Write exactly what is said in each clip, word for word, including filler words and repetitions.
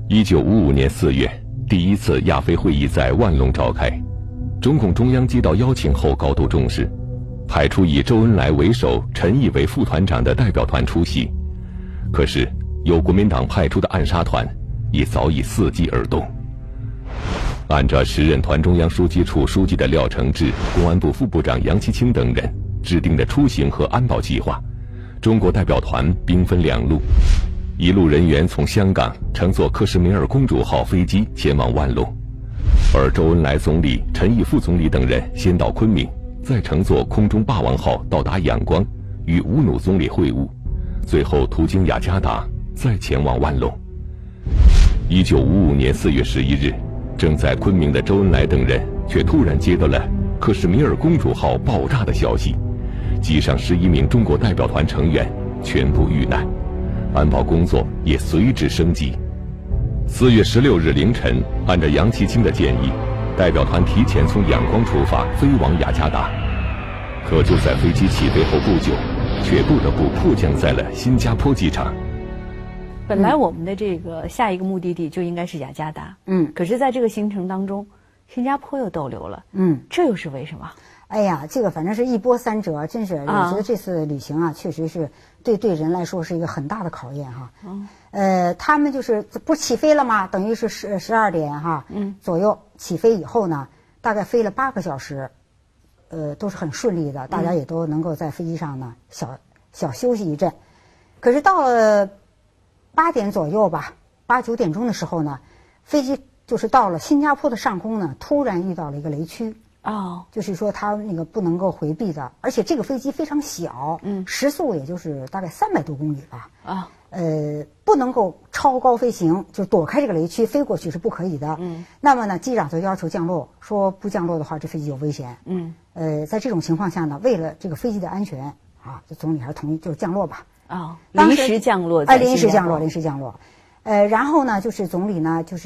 一九五五年四月，第一次亚非会议在万隆召开。中共中央接到邀请后高度重视，派出以周恩来为首、陈毅为副团长的代表团出席。可是，由国民党派出的暗杀团已早已伺机而动。按照时任团中央书记处书记的廖承志、公安部副部长杨其清等人制定的出行和安保计划，中国代表团兵分两路，一路人员从香港乘坐克什米尔公主号飞机前往万隆，而周恩来总理、陈毅副总理等人先到昆明，再乘坐空中霸王号到达仰光，与吴努总理会晤，最后途经雅加达，再前往万隆。一九五五年四月十一日，正在昆明的周恩来等人却突然接到了克什米尔公主号爆炸的消息，机上十一名中国代表团成员全部遇难，安保工作也随之升级。四月十六日凌晨，按照杨其清的建议，代表团提前从仰光出发，飞往雅加达。可就在飞机起飞后不久，却不得不迫降在了新加坡机场。 本来我们的这个下一个目的地就应该是雅加达， 嗯， 可是在这个行程当中，新加坡又逗留了， 嗯， 这又是为什么？ 哎呀，这个反正是一波三折，真是，我觉得这次旅行啊，确实是对对人来说是一个很大的考验哈。嗯，呃，他们就是不起飞了吗？等于是十十二点哈，嗯，左右起飞以后呢，大概飞了八个小时，呃，都是很顺利的，大家也都能够在飞机上呢小小休息一阵。可是到了八点左右吧，八九点钟的时候呢，飞机就是到了新加坡的上空呢，突然遇到了一个雷区。 哦， 就是说它那个不能够回避的，而且这个飞机非常小，嗯，时速也就是大概三百多公里吧，啊，呃，不能够超高飞行，就躲开这个雷区飞过去是不可以的，嗯，那么呢，机长就要求降落，说不降落的话，这飞机有危险，嗯，呃，在这种情况下呢，为了这个飞机的安全，啊，这总理还是同意就是降落吧， 啊，临时降落， 哎，临时降落，临时降落，呃，然后呢，就是总理呢，就是。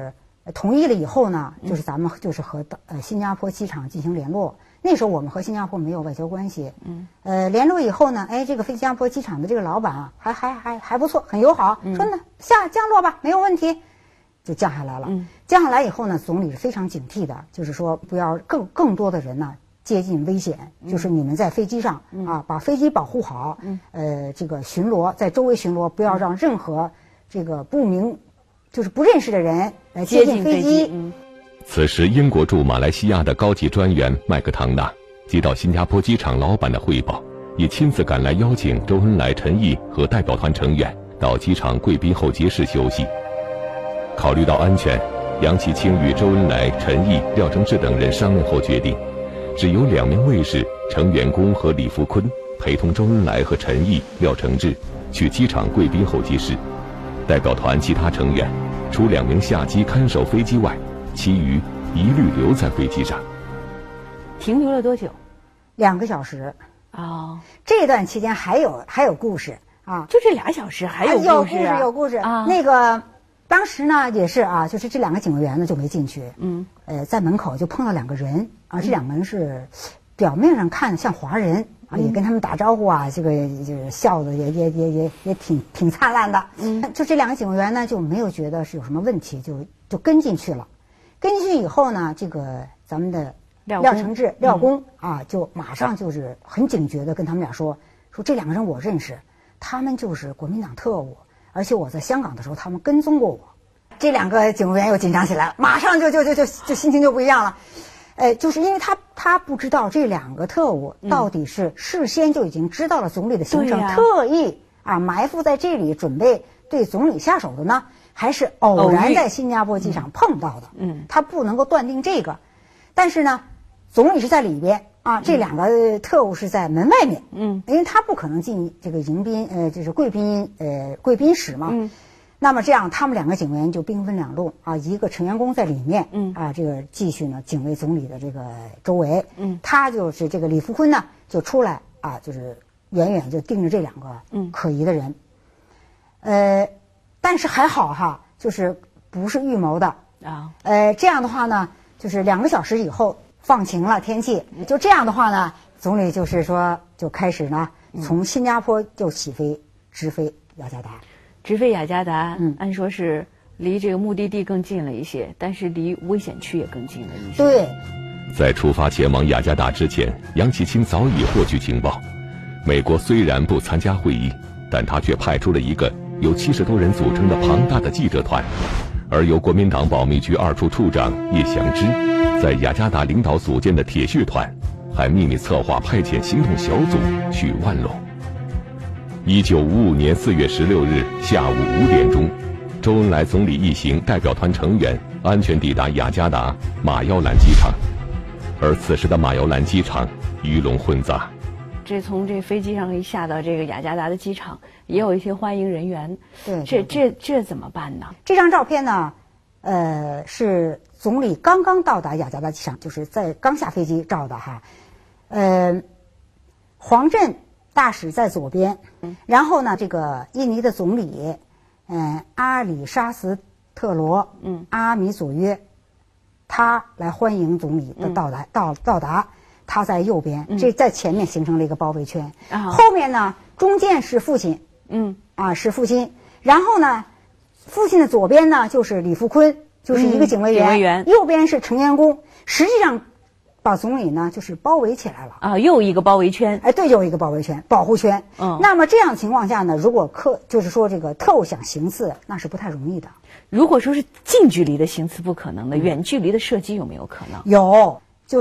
同意了以后呢，就是咱们就是和呃新加坡机场进行联络。那时候我们和新加坡没有外交关系，嗯，呃，联络以后呢，哎，这个新加坡机场的这个老板啊，还还还还不错，很友好，说呢下降落吧，没有问题，就降下来了。嗯，降下来以后呢，总理是非常警惕的，就是说不要更更多的人呢接近危险，就是你们在飞机上啊，把飞机保护好，嗯，呃，这个巡逻在周围巡逻，不要让任何这个不明。就是不认识的人来接近飞机。嗯， 此时，英国驻马来西亚的高级专员麦克唐纳接到新加坡机场老板的汇报，也亲自赶来邀请周恩来、陈毅和代表团成员到机场贵宾候机室休息。考虑到安全，杨其清与周恩来、陈毅、廖承志等人商量后决定，只有两名卫士程元功和李福坤陪同周恩来和陈毅、廖承志去机场贵宾候机室。代表团其他成员除两名下机看守飞机外，其余一律留在飞机上。 停留了多久？ 两个小时。 哦， 这段期间还有还有故事啊！ 就这俩小时还有故事、啊、 有故事有故事啊！那个当时呢也是啊，就是这两个警卫员呢就没进去，嗯，呃，在门口就碰到两个人啊，这两个人是表面上看像华人。啊，也跟他们打招呼啊，这个就是笑的也也也也也挺挺灿烂的。嗯，就这两个警卫员呢就没有觉得是有什么问题，就就跟进去了。跟进去以后呢，这个咱们的廖承志、廖工、嗯、啊，就马上就是很警觉的跟他们俩说，说这两个人我认识，他们就是国民党特务，而且我在香港的时候他们跟踪过我。这两个警卫员又紧张起来了，马上就就就就就心情就不一样了。呃，就是因为他他不知道这两个特务到底是事先就已经知道了总理的行程，嗯、特意啊埋伏在这里准备对总理下手的呢，还是偶然在新加坡机场碰到的？嗯，他不能够断定这个。但是呢，总理是在里边啊，这两个特务是在门外面。嗯，因为他不可能进这个迎宾呃，就是贵宾呃贵宾室嘛。嗯。那么这样，他们两个警卫员就兵分两路啊，一个陈元功在里面，嗯啊，这个继续呢警卫总理的这个周围，嗯，他就是这个李福坤呢就出来啊，就是远远就盯着这两个嗯可疑的人，嗯、呃，但是还好哈，就是不是预谋的啊，呃，这样的话呢，就是两个小时以后放晴了天气，就这样的话呢，总理就是说就开始呢从新加坡就起飞直飞雅加达。 直飞雅加达，嗯，按说是离这个目的地更近了一些，但是离危险区也更近了一些。 对， 在出发前往雅加达之前，杨奇清早已获取情报。美国虽然不参加会议，但他却派出了一个由七十多人组成的庞大的记者团，而由国民党保密局二处处长叶祥之在雅加达领导组建的铁血团，还秘密策划派遣行动小组去万隆。一九五五年四月十六日下午五点钟，周恩来总理一行代表团成员安全抵达雅加达马腰兰机场，而此时的马腰兰机场鱼龙混杂。 这从这飞机上一下到这个雅加达的机场，也有一些欢迎人员。 对， 这这这怎么办呢？ 这张照片呢，呃，是总理刚刚到达雅加达机场，就是在刚下飞机照的哈。呃，黄镇大使在左边，嗯、然后呢，这个印尼的总理，嗯、呃，阿里沙斯特罗，嗯，阿米佐约，他来欢迎总理的到达，嗯、到到达。他在右边，嗯、这在前面形成了一个包围圈，啊、后面呢，中间是父亲，嗯，啊是父亲，然后呢，父亲的左边呢就是李富坤，就是一个警卫员，嗯、警卫员右边是程延功，实际上把总理呢就是包围起来了啊，又一个包围圈， 哎，对，又一个包围圈，保护圈。嗯，那么这样情况下呢，如果客就是说这个特务想行刺，那是不太容易的。 如果说是近距离的行刺不可能的，嗯、远距离的射击有没有可能？ 有，就是。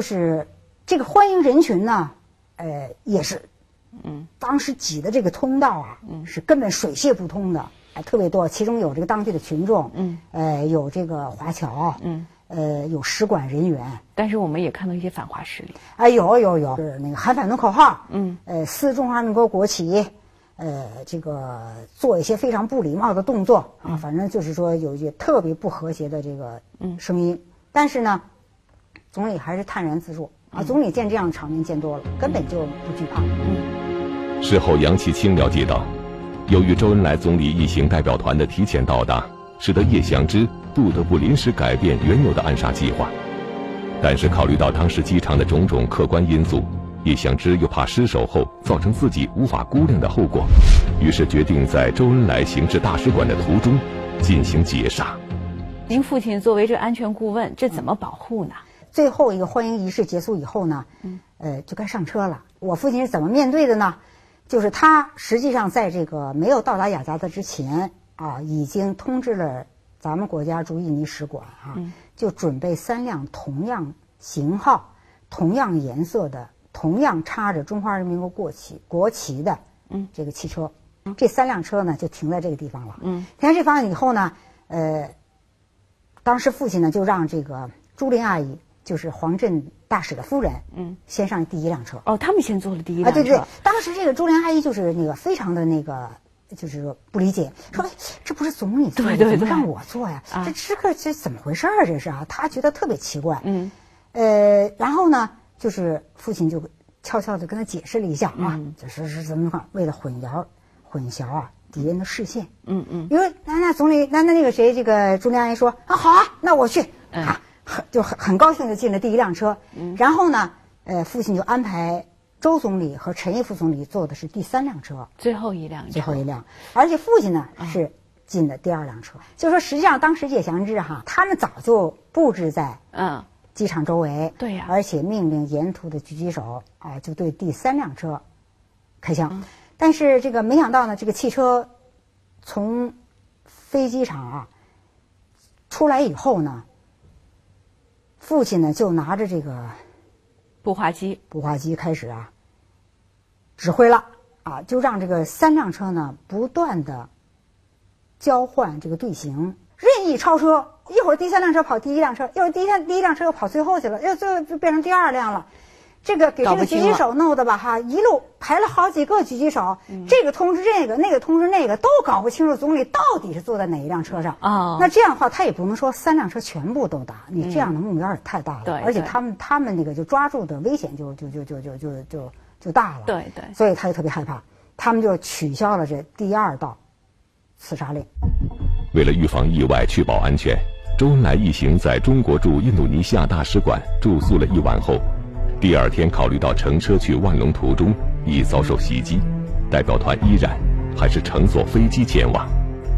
这个欢迎人群呢，呃，也是，嗯，当时挤的这个通道啊，嗯，是根本水泄不通的，哎、呃，特别多。其中有这个当地的群众，嗯，呃，有这个华侨，嗯，呃，有使馆人员。 但是我们也看到一些反华势力， 哎、呃，有有有，是那个喊反动口号，嗯，呃，撕中华民国国旗，呃，这个做一些非常不礼貌的动作啊，嗯、反正就是说有一些特别不和谐的这个声音。嗯、但是呢，总理还是泰然自若。啊，总理见这样的场面见多了，根本就不惧怕。 嗯。事后，杨奇清了解到，由于周恩来总理一行代表团的提前到达，使得叶祥之不得不临时改变原有的暗杀计划。但是，考虑到当时机场的种种客观因素，叶祥之又怕失手后造成自己无法估量的后果，于是决定在周恩来行至大使馆的途中进行截杀。 您父亲作为这安全顾问，这怎么保护呢？ 最后一个欢迎仪式结束以后呢，嗯，呃，就该上车了。我父亲是怎么面对的呢？就是他实际上在这个没有到达雅加达之前啊，已经通知了咱们国家驻印尼使馆啊，嗯、就准备三辆同样型号、同样颜色的、同样插着中华人民共和国国旗国旗的嗯这个汽车。嗯、这三辆车呢就停在这个地方了。嗯，停在这地方以后呢，呃，当时父亲呢就让这个朱琳阿姨。就是黄镇大使的夫人，嗯，先上第一辆车。 哦，他们先坐了第一辆车。 啊，对对，当时这个朱琳阿姨就是那个非常的那个，就是说不理解，说哎，这不是总理坐的，怎么让我坐呀？啊、这这个这怎么回事儿？这是啊，他觉得特别奇怪。嗯，呃，然后呢，就是父亲就悄悄的跟他解释了一下啊，嗯、就是是怎么讲，为了混淆混淆啊敌人的视线。嗯嗯，因为那那总理那那那个谁，这个朱琳阿姨说啊，好啊，那我去、嗯、啊。很就很很高兴的进了第一辆车，嗯、然后呢，呃，父亲就安排周总理和陈毅副总理坐的是第三辆车， 最后一辆， 最后一辆，而且父亲呢、嗯、是进的第二辆车。就说实际上当时叶祥之哈，他们早就布置在嗯机场周围， 对呀、啊， 而且命令沿途的狙击手啊、呃、就对第三辆车开枪，嗯、但是这个没想到呢，这个汽车从飞机场啊出来以后呢。父亲呢，就拿着这个步话机， 步话机开始啊指挥了啊，就让这个三辆车呢不断的交换这个队形，任意超车。一会儿第三辆车跑第一辆车，一会儿第一辆第一辆车又跑最后去了，又最后就变成第二辆了。这个给这个狙击手弄的吧哈，一路排了好几个狙击手，嗯、这个通知这个，那个通知那个，都搞不清楚总理到底是坐在哪一辆车上。哦，那这样的话，他也不能说三辆车全部都打，你这样的目标也太大了。嗯、对，而且他们他们那个就抓住的危险就就就就就就就就大了。 对对， 所以他就特别害怕，他们就取消了这第二道刺杀令。 为了预防意外，确保安全，周恩来一行在中国驻印度尼西亚大使馆住宿了一晚后。第二天，考虑到乘车去万隆途中易遭受袭击，代表团依然还是乘坐飞机前往。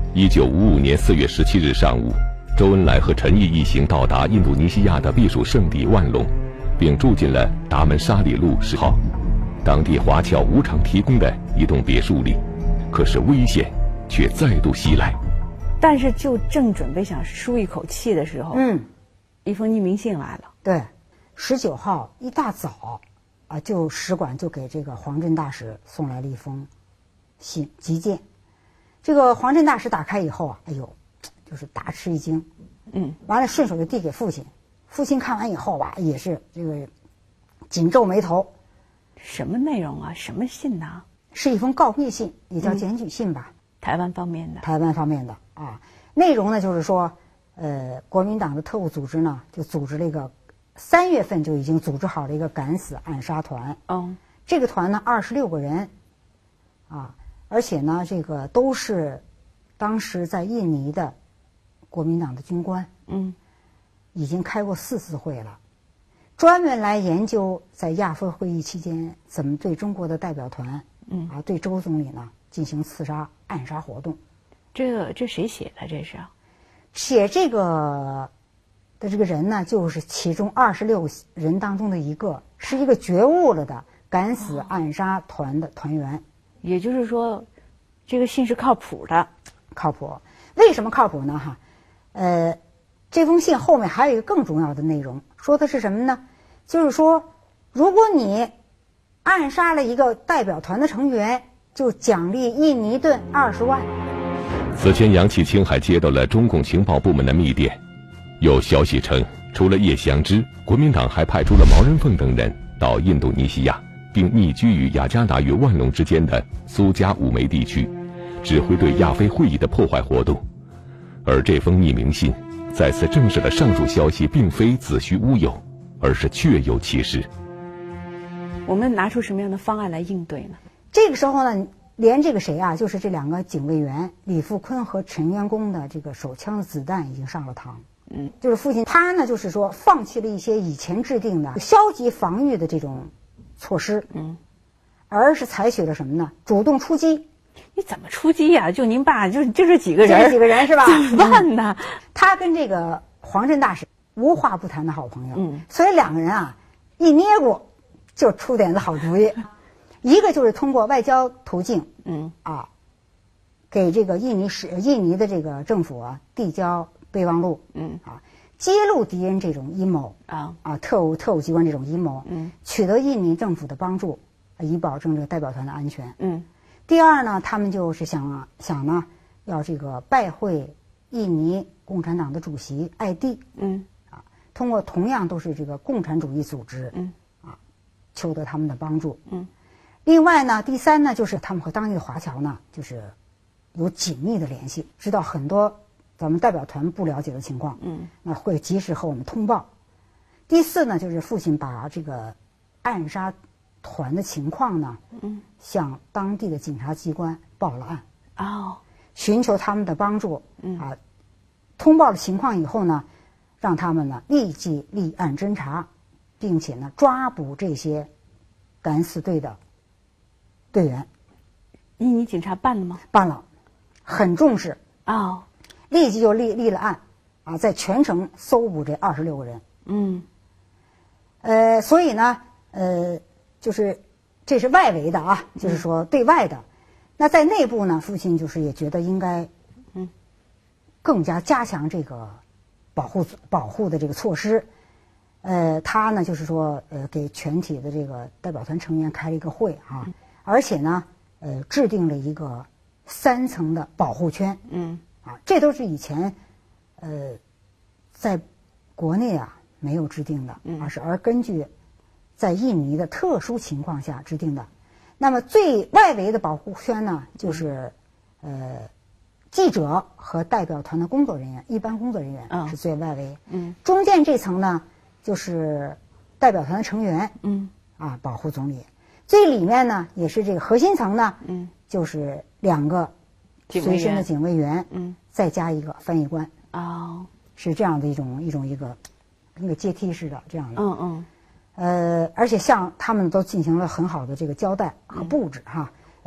一九五五年四月十七日上午，周恩来和陈毅一行到达印度尼西亚的避暑胜地万隆，并住进了达门沙里路十号，当地华侨无偿提供的一栋别墅里。可是危险却再度袭来。 但是就正准备想舒一口气的时候， 嗯， 一封匿名信来了。 对，十九号一大早，啊，就使馆就给这个黄镇大使送来了一封信急件。这个黄镇大使打开以后啊，哎呦，就是大吃一惊， 嗯， 完了顺手就递给父亲。父亲看完以后吧，也是这个紧皱眉头。 什么内容啊？什么信呢？ 是一封告密信，也叫检举信吧。 嗯、台湾方面的。 台湾方面的啊，内容呢就是说，呃，国民党的特务组织呢就组织了一个，三月份就已经组织好了一个敢死暗杀团。 嗯， 这个团呢二十六个人，啊，而且呢这个都是当时在印尼的国民党的军官。 嗯， 已经开过四次会了。专门来研究在亚非会议期间怎么对中国的代表团，嗯啊，对周总理呢进行刺杀、暗杀活动。 这个这谁写的？这是写这个的这个人呢，就是其中二十六人当中的一个，是一个觉悟了的敢死暗杀团的团员。 也就是说，这个信是靠谱的。 靠谱。为什么靠谱呢？哈，呃，这封信后面还有一个更重要的内容，说的是什么呢？就是说，如果你暗杀了一个代表团的成员，就奖励印尼盾二十万。 此前，杨奇清还接到了中共情报部门的密电，有消息称，除了叶祥之，国民党还派出了毛人凤等人到印度尼西亚，并匿居于雅加达与万隆之间的苏加五梅地区，指挥对亚非会议的破坏活动。而这封匿名信再次证实了上述消息并非子虚乌有，而是确有其事。 我们拿出什么样的方案来应对呢？ 这个时候呢，连这个谁啊，就是这两个警卫员李富坤和陈元功的这个手枪的子弹已经上了膛。嗯，就是父亲他呢，就是说放弃了一些以前制定的消极防御的这种措施，嗯，而是采取了什么呢？主动出击。 你怎么出击呀、啊？就您爸就就这几个人， 这几个人是吧？ 怎么办呢？ 嗯、他跟这个黄镇大使无话不谈的好朋友， 嗯， 所以两个人啊一捏咕就出点子好主意。一个就是通过外交途径，嗯啊，给这个印尼使印尼的这个政府啊递交备忘录，嗯啊，揭露敌人这种阴谋啊啊特务特务机关这种阴谋，嗯，取得印尼政府的帮助，以保证这个代表团的安全，嗯。第二呢，他们就是想想呢，要这个拜会印尼共产党的主席艾蒂，嗯，啊，通过同样都是这个共产主义组织，嗯，啊，求得他们的帮助，嗯。另外呢，第三呢，就是他们和当地的华侨呢，就是有紧密的联系，知道很多咱们代表团不了解的情况，嗯，那会及时和我们通报。第四呢，就是父亲把这个暗杀团的情况呢，嗯，向当地的警察机关报了案，哦，寻求他们的帮助，嗯啊，通报了情况以后呢，让他们呢立即立案侦查，并且呢抓捕这些敢死队的队员。 印尼警察办了吗？ 办了，很重视哦， 立即就立立了案，啊，在全城搜捕这二十六个人。嗯，呃，所以呢，呃。就是这是外围的啊，就是说对外的。那在内部呢，父亲就是也觉得应该，嗯，更加加强这个保护保护的这个措施。呃，他呢就是说，呃，给全体的这个代表团成员开了一个会啊，而且呢，呃，制定了一个三层的保护圈。嗯，啊，这都是以前，呃，在国内啊没有制定的，而是而根据在印尼的特殊情况下制定的。那么最外围的保护圈呢，就是呃记者和代表团的工作人员，一般工作人员是最外围。嗯，中间这层呢，就是代表团的成员。嗯，啊，保护总理。最里面呢，也是这个核心层呢，嗯，就是两个随身的警卫员。嗯，再加一个翻译官。哦，是这样的一种一种一个那个阶梯式的这样的。嗯嗯。呃，而且向他们都进行了很好的这个交代和布置哈。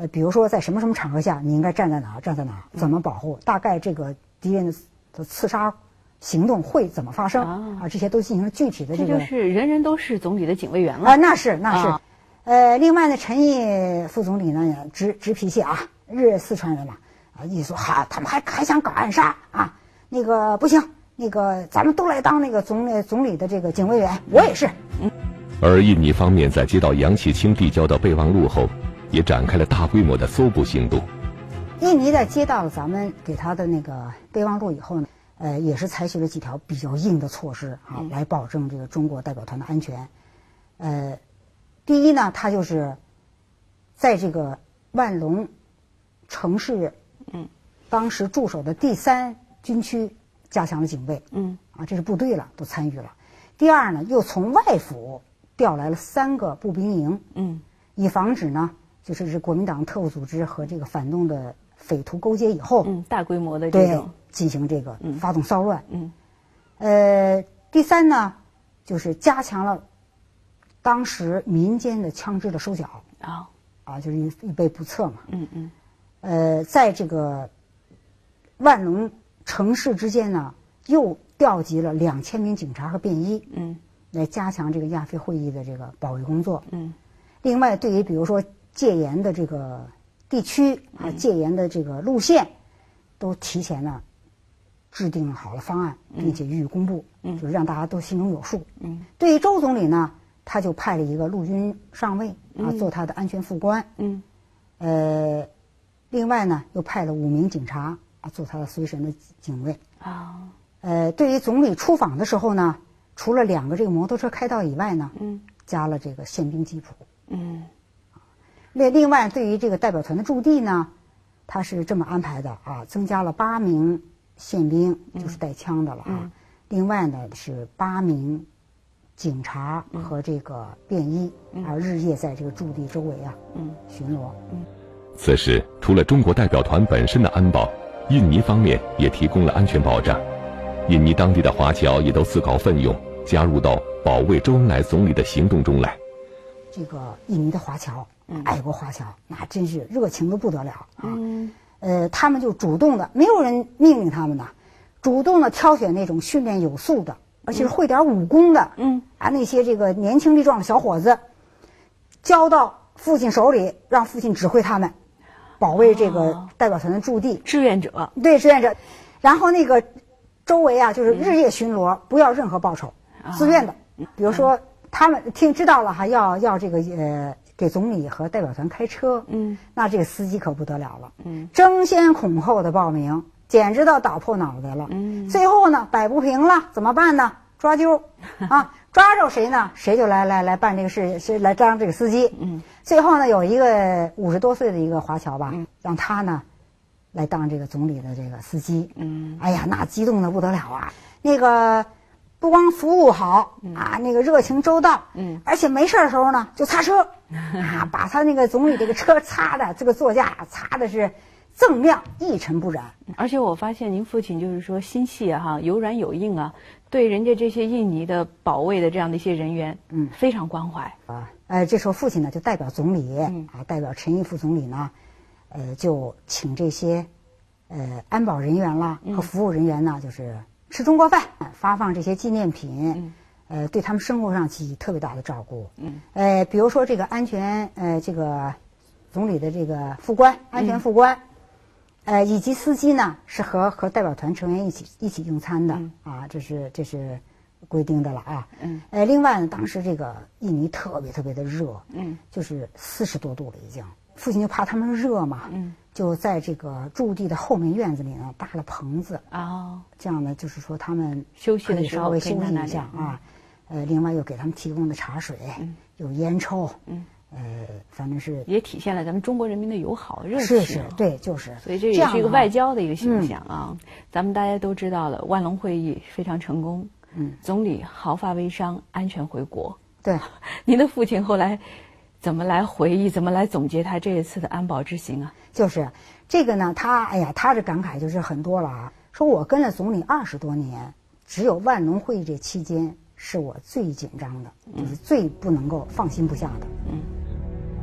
呃，比如说在什么什么场合下你应该站在哪儿，站在哪儿，怎么保护，大概这个敌人的的刺杀行动会怎么发生啊？啊，这些都进行了具体的这个。 这就是人人都是总理的警卫员了啊，那是那是。啊、呃，另外呢，陈毅副总理呢直直脾气啊，日四川人嘛啊，一说哈，他们还还想搞暗杀啊，那个不行，那个咱们都来当那个总理总理的这个警卫员，我也是。嗯。 而印尼方面在接到杨洁清递交的备忘录后，也展开了大规模的搜捕行动。 印尼在接到了咱们给他的那个备忘录以后呢。呃，也是采取了几条比较硬的措施啊，嗯、来保证这个中国代表团的安全。呃，第一呢，他就是在这个万隆城市，嗯，当时驻守的第三军区加强了警卫，嗯，啊，这是部队了，都参与了。第二呢，又从外府调来了三个步兵营，嗯，以防止呢，就是这国民党特务组织和这个反动的匪徒勾结以后， 嗯，大规模的这种。 进行这个发动骚乱，嗯，呃，第三呢，就是加强了当时民间的枪支的收缴啊，啊，就是预预备不测嘛，嗯嗯，呃，在这个万隆城市之间呢，又调集了两千名警察和便衣，嗯，来加强这个亚非会议的这个保卫工作，嗯，另外，对于比如说戒严的这个地区啊，戒严的这个路线，都提前呢。制定好了方案，并且予以公布，嗯，就是让大家都心中有数。嗯，对于周总理呢，他就派了一个陆军上尉啊做他的安全副官。嗯，呃，另外呢，又派了五名警察啊做他的随身的警卫。啊，呃，对于总理出访的时候呢，除了两个这个摩托车开道以外呢，嗯，加了这个宪兵吉普。嗯，另另外对于这个代表团的驻地呢，他是这么安排的啊，增加了八名。宪兵就是带枪的了啊，嗯、另外呢是八名警察和这个便衣，嗯、而日夜在这个驻地周围啊，嗯，巡逻。嗯， 此时除了中国代表团本身的安保，印尼方面也提供了安全保障。印尼当地的华侨也都自告奋勇，加入到保卫周恩来总理的行动中来。 这个印尼的华侨，嗯、爱国华侨，那真是热情的不得了啊。嗯呃，他们就主动的，没有人命令他们的，主动的挑选那种训练有素的，而且是会点武功的，嗯，啊，那些这个年轻力壮的小伙子，交到父亲手里，让父亲指挥他们，保卫这个代表团的驻地。 志愿者， 对，志愿者。然后那个周围啊，就是日夜巡逻，不要任何报酬，自愿的。比如说，他们听知道了哈，要要这个呃。给总理和代表团开车，嗯，那这个司机可不得了了，嗯，争先恐后的报名，简直到倒破脑袋了，嗯，最后呢摆不平了，怎么办呢？抓阄，啊，抓着谁呢？谁就来来来办这个事，是来当这个司机，嗯，最后呢有一个五十多岁的一个华侨吧，嗯、让他呢来当这个总理的这个司机，嗯，哎呀，那激动的不得了啊，那个。不光服务好啊，那个热情周到，嗯，而且没事的时候呢就擦车，啊，把他那个总理这个车擦的这个座驾擦的是锃亮一尘不染。 而且我发现您父亲就是说心细啊哈，有软有硬啊，对人家这些印尼的保卫的这样的一些人员，嗯，非常关怀啊。呃，这时候父亲呢就代表总理，嗯、啊，代表陈毅副总理呢，呃，就请这些呃安保人员啦和服务人员呢，就是吃中国饭，发放这些纪念品，嗯、呃，对他们生活上起特别大的照顾。嗯，呃，比如说这个安全，呃，这个总理的这个副官，安全副官，嗯、呃，以及司机呢是和和代表团成员一起一起用餐的，嗯、啊，这是这是规定的了啊。嗯，呃，另外呢，当时这个印尼特别特别的热，嗯，就是四十多度了已经。父亲就怕他们热嘛，嗯，就在这个驻地的后面院子里呢搭了棚子哦，这样呢就是说他们休息的时候稍微休息一下啊，呃，另外又给他们提供的茶水，嗯、有烟抽，嗯，呃，反正是也体现了咱们中国人民的友好热情， 是是，对，就是， 所以这也是一个外交的一个形象啊。嗯、咱们大家都知道了，万隆会议非常成功，嗯，总理毫发微伤，安全回国。 对， 您的父亲后来怎么来回忆，怎么来总结他这一次的安保之行啊？ 就是这个呢，他哎呀，他这感慨就是很多了啊。说我跟了总理二十多年，只有万隆会议这期间是我最紧张的，就是最不能够放心不下的。嗯。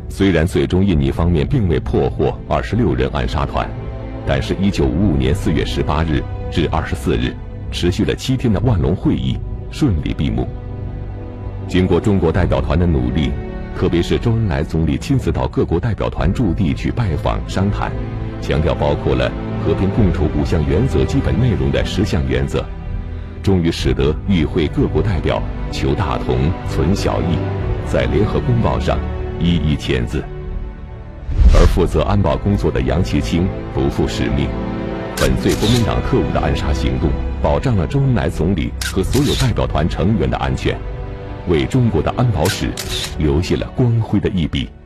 虽然最终印尼方面并未破获二十六人暗杀团，但是一九五五年四月十八日至二十四日，持续了七天的万隆会议顺利闭幕。经过中国代表团的努力，特别是周恩来总理亲自到各国代表团驻地去拜访商谈，强调包括了和平共处五项原则基本内容的十项原则，终于使得与会各国代表求大同存小异，在联合公报上一一签字。而负责安保工作的杨其清不负使命，粉碎国民党特务的暗杀行动，保障了周恩来总理和所有代表团成员的安全，为中国的安保史留下了光辉的一笔。